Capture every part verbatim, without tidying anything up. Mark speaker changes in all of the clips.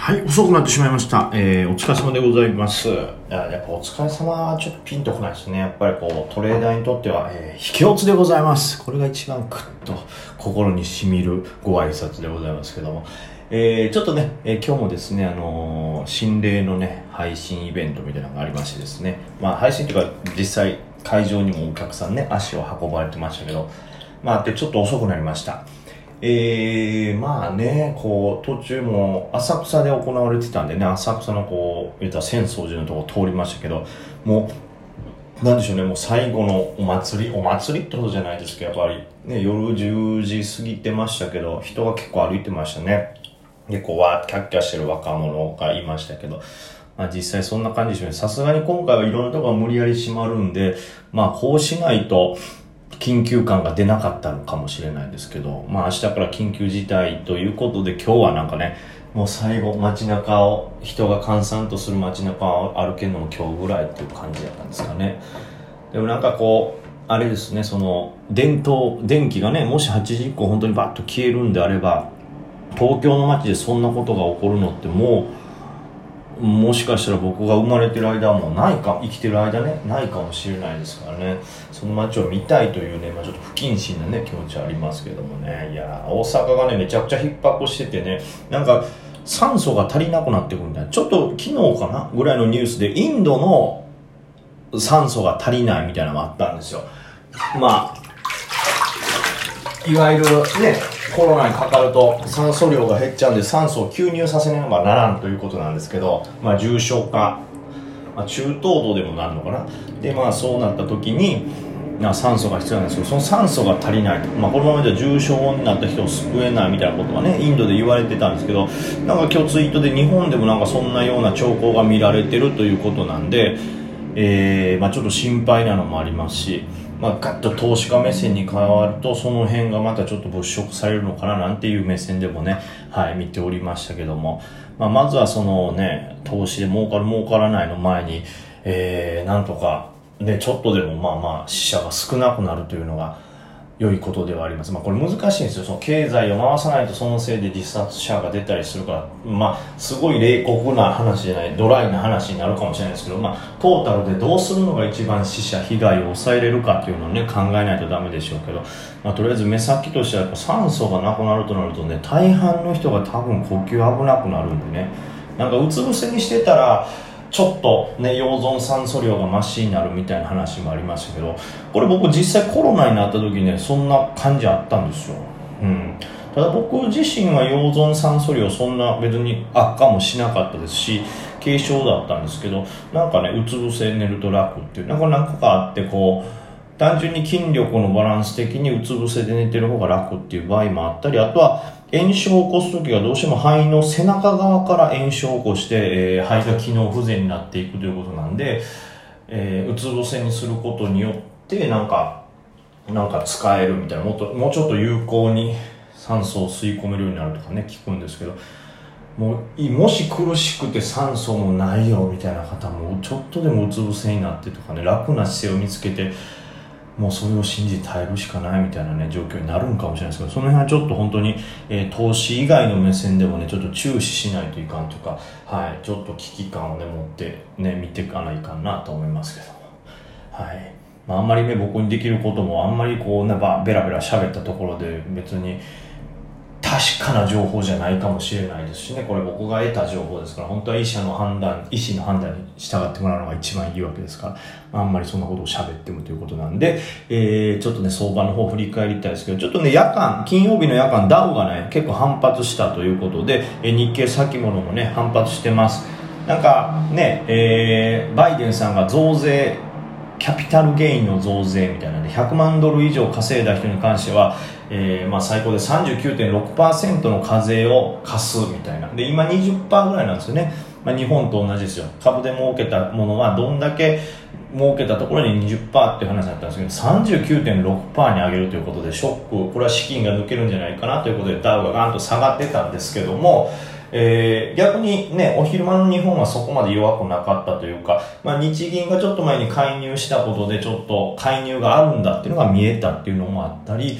Speaker 1: はい、遅くなってしまいました。えー、お疲れ様でございます。いや、やっぱお疲れ様はちょっとピンとこないですね。やっぱりこう、トレーダーにとっては、えー、引き落ちでございます。これが一番クッと心に染みるご挨拶でございますけども。えー、ちょっとね、えー、今日もですね、あのー、心霊のね、配信イベントみたいなのがありましてですね。まあ、配信というか、実際、会場にもお客さんね、足を運ばれてましたけど、まあ、で、ちょっと遅くなりました。えー、まあね、こう、途中も浅草で行われてたんでね、浅草のこう、言ったら浅草寺のとこ通りましたけど、もう、なんでしょうね、もう最後のお祭り、お祭りってことじゃないですけど、やっぱりね、夜じゅうじ過ぎてましたけど、人が結構歩いてましたね。で、こう、わーキャッキャしてる若者がいましたけど、まあ実際そんな感じでしょうね。さすがに今回はいろんなところが無理やり閉まるんで、まあこうしないと、緊急感が出なかったのかもしれないですけど、まあ明日から緊急事態ということで今日はなんかね、もう最後街中を、人が閑散とする街中を歩けるのも今日ぐらいっていう感じだったんですかね。でもなんかこう、あれですね、その、電灯、電気がね、もしはちじ以降本当にバッと消えるんであれば、東京の街でそんなことが起こるのってもう、もしかしたら僕が生まれてる間はもうないか、生きてる間ね、ないかもしれないですからね。その街を見たいというね、まあちょっと不謹慎なね、気持ちはありますけどもね。いやー、大阪がね、めちゃくちゃ逼迫しててね、なんか酸素が足りなくなってくるみたいな。ちょっと昨日かなぐらいのニュースで、インドの酸素が足りないみたいなのがあったんですよ。まあ、いわゆるね、コロナにかかると酸素量が減っちゃうんで酸素を吸入させながらならんということなんですけど、まあ重症化、まあ、中等度でもなるのかな。でまあそうなった時に酸素が必要なんですけど、その酸素が足りないと、まあ、このままでは重症になった人を救えないみたいなことがねインドで言われてたんですけど、なんか今日ツイートで日本でもなんかそんなような兆候が見られてるということなんで、えーまあ、ちょっと心配なのもありますし、まあ、ガッと投資家目線に変わるとその辺がまたちょっと物色されるのかななんていう目線でもね、はい、見ておりましたけども、まあ、まずはそのね投資で儲かる儲からないの前に、えー、なんとかねちょっとでもまあまあ死者が少なくなるというのが良いことではあります。まあこれ難しいんですよ。その経済を回さないとそのせいで自殺者が出たりするから、まあすごい冷酷な話じゃない、ドライな話になるかもしれないですけど、まあトータルでどうするのが一番死者被害を抑えれるかっていうのをね考えないとダメでしょうけど、まあとりあえず目先としてはやっぱ酸素がなくなるとなるとね、大半の人が多分呼吸危なくなるんでね、なんかうつ伏せにしてたらちょっとね、溶存酸素量がマシになるみたいな話もありましたけど、これ僕実際コロナになった時ね、そんな感じあったんですよ。うん。ただ僕自身は溶存酸素量そんな別に悪化もしなかったですし、軽症だったんですけど、なんかね、うつ伏せ寝ると楽っていう、なんか何個かあってこう、単純に筋力のバランス的にうつ伏せで寝てる方が楽っていう場合もあったり、あとは炎症を起こすときはどうしても肺の背中側から炎症を起こして、えー、肺が機能不全になっていくということなんで、えー、うつ伏せにすることによってなんかなんか使えるみたいな、もっともうちょっと有効に酸素を吸い込めるようになるとかね聞くんですけど、もうもし苦しくて酸素もないよみたいな方もちょっとでもうつ伏せになってとかね、楽な姿勢を見つけてもうそれを信じて耐えるしかないみたいなね状況になるんかもしれないですけど、その辺はちょっと本当に、えー、投資以外の目線でもねちょっと注視しないといかんとか、はい、ちょっと危機感をね持ってね見ていかないかんなと思いますけども、はい、まあ、あんまりね僕にできることもあんまりこうねベラベラ喋ったところで別に確かな情報じゃないかもしれないですしね、これ僕が得た情報ですから、本当は医者の判断、医師の判断に従ってもらうのが一番いいわけですから、あんまりそんなことを喋ってもということなんで、えー、ちょっとね、相場の方を振り返りたいですけど、ちょっとね、夜間、金曜日の夜間、ダウがね、結構反発したということで、え日経先物もね、反発してます。なんかね、えー、バイデンさんが増税、キャピタルゲインの増税みたいなのでひゃくまんドル以上稼いだ人に関しては、えーまあ、最高で さんじゅうきゅうてんろくパーセント の課税を課すみたいなで、今 にじゅっパーセント ぐらいなんですよね、まあ、日本と同じですよ。株で儲けたものはどんだけ儲けたところに にじゅっパーセント っていう話だったんですけど、 さんじゅうきゅうてんろくパーセント に上げるということでショック、これは資金が抜けるんじゃないかなということでダウがガンと下がってたんですけども、えー、逆にね、お昼間の日本はそこまで弱くなかったというか、まあ、日銀がちょっと前に介入したことでちょっと介入があるんだっていうのが見えたっていうのもあったり、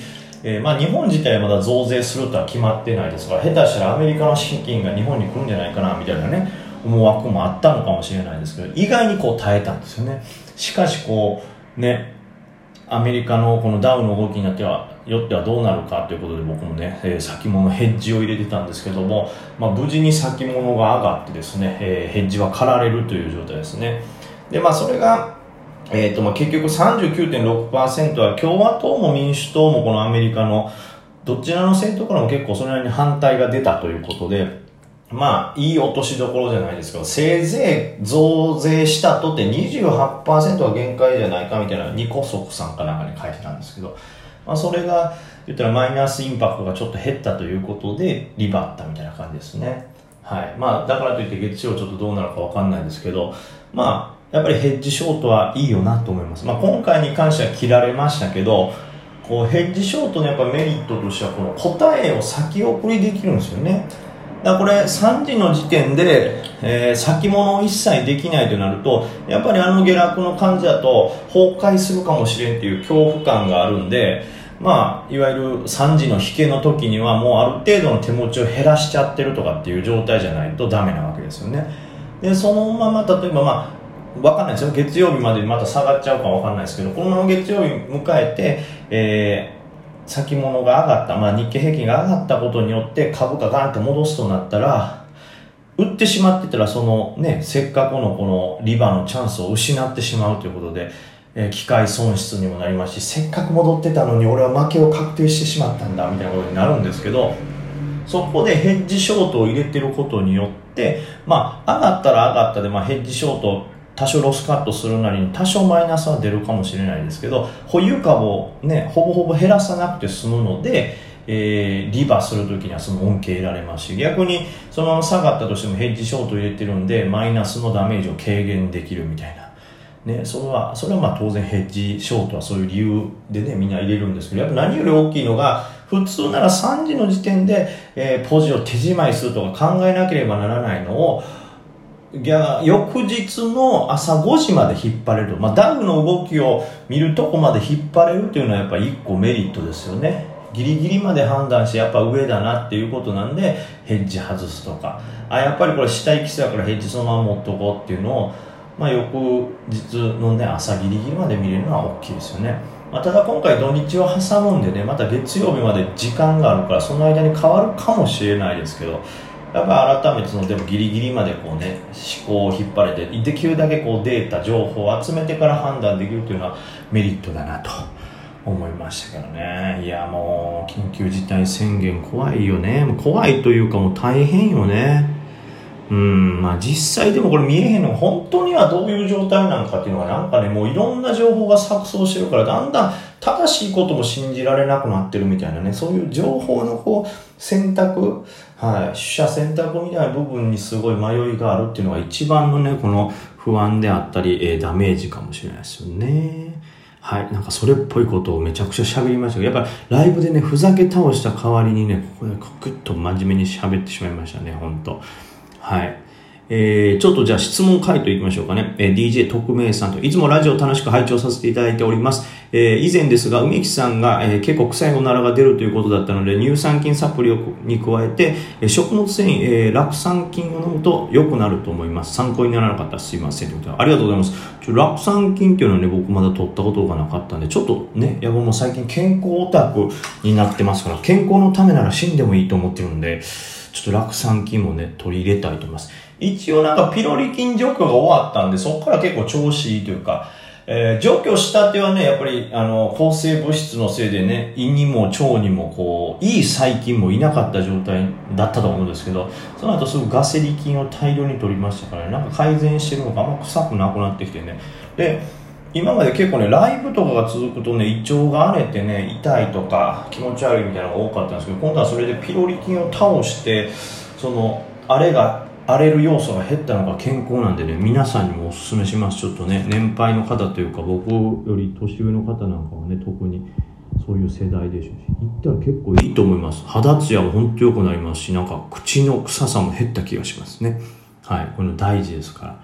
Speaker 1: えー、まあ日本自体はまだ増税するとは決まってないですから、下手したらアメリカの資金が日本に来るんじゃないかなみたいなね思惑もあったのかもしれないですけど、意外にこう耐えたんですよね。しかしこうね、アメリカのこのダウの動きになってはよってはどうなるかということで、僕もね、えー、先物ヘッジを入れてたんですけども、まあ、無事に先物が上がってですね、えー、ヘッジは刈られるという状態ですね。でまあそれが、えーとまあ、結局 さんじゅうきゅうてんろくパーセント は共和党も民主党もこのアメリカのどちらの政党からも結構それなりに反対が出たということで、まあいい落としどころじゃないですけど、せいぜい増税したとって にじゅうはちパーセント は限界じゃないかみたいなニコソクさんかなんかに書いてたんですけど、まあ、それが言ったらマイナスインパクトがちょっと減ったということでリバったみたいな感じですね。はい。まあだからといって月曜ちょっとどうなるかわかんないですけど、まあやっぱりヘッジショートはいいよなと思います。まあ今回に関しては切られましたけど、こうヘッジショートのやっぱメリットとしてはこの答えを先送りできるんですよね。だからこれさんじの時点で、えー、先物を一切できないとなると、やっぱりあの下落の感じだと崩壊するかもしれんっていう恐怖感があるんで、まあいわゆるさんじの引けの時にはもうある程度の手持ちを減らしちゃってるとかっていう状態じゃないとダメなわけですよね。でそのまま例えばまあわかんないですよ、月曜日までまた下がっちゃうかわかんないですけど、このまま月曜日迎えて、えー先物が上がった、まあ、日経平均が上がったことによって株価ガーンって戻すとなったら、売ってしまってたらそのね、せっかくのこのリバのチャンスを失ってしまうということで、えー、機会損失にもなりますし、せっかく戻ってたのに俺は負けを確定してしまったんだみたいなことになるんですけど、そこでヘッジショートを入れてることによって、まあ上がったら上がったで、まあヘッジショート多少ロスカットするなりに多少マイナスは出るかもしれないですけど、保有株をねほぼほぼ減らさなくて済むので、えー、リバするときにはその恩恵得られますし、逆にそのまま下がったとしてもヘッジショート入れてるんでマイナスのダメージを軽減できるみたいなね、それはそれはまあ当然ヘッジショートはそういう理由でねみんな入れるんですけど、やっぱ何より大きいのが普通ならさんじの時点で、えー、ポジを手仕まいするとか考えなければならないのを翌日の朝ごじまで引っ張れる、まあ、ダウの動きを見るとこまで引っ張れるというのはやっぱりいっこメリットですよね。ギリギリまで判断してやっぱ上だなっていうことなんでヘッジ外すとか、あやっぱりこれ下行きそうだからヘッジそのまま持っとこうっていうのを、まあ、翌日の、ね、朝ギリギリまで見れるのは大きいですよね。まあ、ただ今回土日を挟むんでね、また月曜日まで時間があるからその間に変わるかもしれないですけど、やっぱ改めてそのでもギリギリまでこうね思考を引っ張れてできるだけこうデータ情報を集めてから判断できるというのはメリットだなと思いましたけどね。いやもう緊急事態宣言怖いよね。もう怖いというかもう大変よね。うんまあ実際でもこれ見えへんのが本当にはどういう状態なのかっていうのがなんかねもういろんな情報が錯綜してるからだんだん正しいことも信じられなくなってるみたいなね、そういう情報のこう選択、はい、取捨選択みたいな部分にすごい迷いがあるっていうのが一番のねこの不安であったり、えー、ダメージかもしれないですよね。はい、なんかそれっぽいことをめちゃくちゃ喋りましたけど、やっぱりライブでねふざけ倒した代わりにねここでグッと真面目に喋ってしまいましたね本当。はい。えー、ちょっとじゃあ質問回答いきましょうかね。えー、ディージェー 特命さんと、いつもラジオ楽しく拝聴させていただいております。えー、以前ですが、梅木さんが、えー、結構臭いおならが出るということだったので、乳酸菌サプリに加えて、えー、食物繊維、えー、酪酸菌を飲むと良くなると思います。参考にならなかったらすいませんということで。ありがとうございます。ちょ酪酸菌っていうのはね、僕まだ取ったことがなかったんで、ちょっとね、いや僕も最近健康オタクになってますから、健康のためなら死んでもいいと思ってるんで、ちょっと酪酸菌もね、取り入れたいと思います。一応なんかピロリ菌除去が終わったんで、そこから結構調子いいというか、えー、除去したてはね、やっぱりあの抗生物質のせいでね、胃にも腸にもこういい細菌もいなかった状態だったと思うんですけど、その後すぐガセリ菌を大量に取りましたからね、なんか改善してるのかあんま臭くなくなってきてね。で今まで結構ねライブとかが続くとね胃腸が荒れてね痛いとか気持ち悪いみたいなのが多かったんですけど、今度はそれでピロリ菌を倒してその荒れが荒れる要素が減ったのが健康なんでね、皆さんにもお勧めします。ちょっとね年配の方というか僕より年上の方なんかはね特にそういう世代でしょうし、行ったら結構いいと思います。肌ツヤも本当良くなりますし、なんか口の臭さも減った気がしますね。はい、これ大事ですから。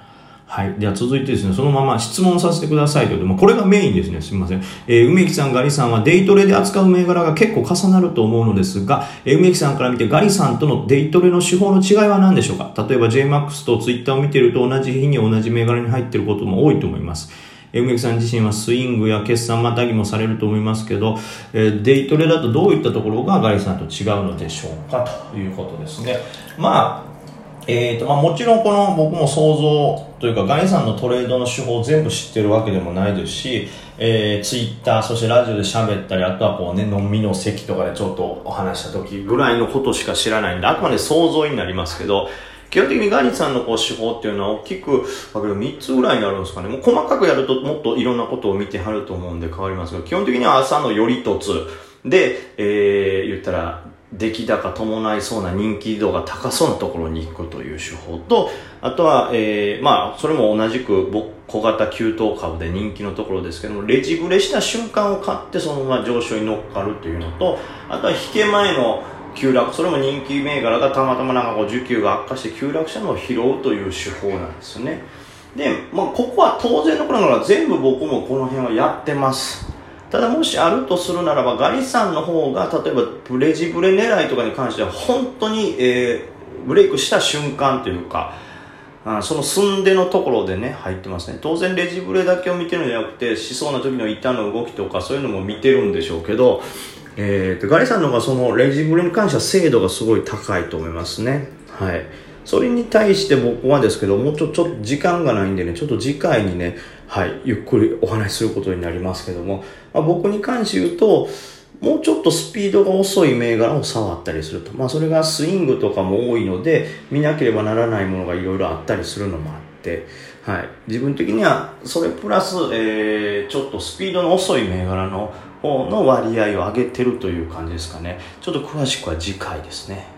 Speaker 1: はい。では続いてですね、そのまま質問させてくださいということで、これがメインですね。すみません。えー、梅木さん、ガリさんはデイトレで扱う銘柄が結構重なると思うのですが、えー、梅木さんから見てガリさんとのデイトレの手法の違いは何でしょうか？例えば ジェイマックス とツイッターを見ていると同じ日に同じ銘柄に入っていることも多いと思います。えー、梅木さん自身はスイングや決算またぎもされると思いますけど、えー、デイトレだとどういったところがガリさんと違うのでしょうかということですね。まあえーとまあ、もちろんこの僕も想像というかガリさんのトレードの手法を全部知ってるわけでもないですし、えー、ツイッターそしてラジオで喋ったり、あとはこうね飲みの席とかでちょっとお話した時ぐらいのことしか知らないんで、あくまで想像になりますけど、基本的にガリさんのこう手法っていうのは大きくみっつぐらいになるんですかね。もう細かくやるともっといろんなことを見てはると思うんで変わりますが、基本的には朝のより一つで、えー、言ったら出来高伴いそうな人気度が高そうなところに行くという手法と、あとは、えー、まあそれも同じく小型急騰株で人気のところですけども、レジブレした瞬間を買ってそのまま上昇に乗っかるというのと、あとは引け前の急落、それも人気銘柄がたまたまなんかこう需給が悪化して急落したのを拾うという手法なんですね。で、まあ、ここは当然のことながら全部僕もこの辺はやってます。ただもしあるとするならば、ガリさんの方が例えばレジブレ狙いとかに関しては本当に、えー、ブレイクした瞬間というか、あその寸出のところでね入ってますね。当然レジブレだけを見てるんじゃなくて、しそうな時の板の動きとかそういうのも見てるんでしょうけど、えー、とガリさんの方がそのレジブレに関しては精度がすごい高いと思いますね。はい。それに対して僕はですけど、もうちょっと時間がないんでね、ちょっと次回にね、はい、ゆっくりお話しすることになりますけども、まあ、僕に関して言うと、もうちょっとスピードが遅い銘柄を触ったりすると。まあそれがスイングとかも多いので、見なければならないものがいろいろあったりするのもあって、はい。自分的にはそれプラス、えー、ちょっとスピードの遅い銘柄の方の割合を上げてるという感じですかね。ちょっと詳しくは次回ですね。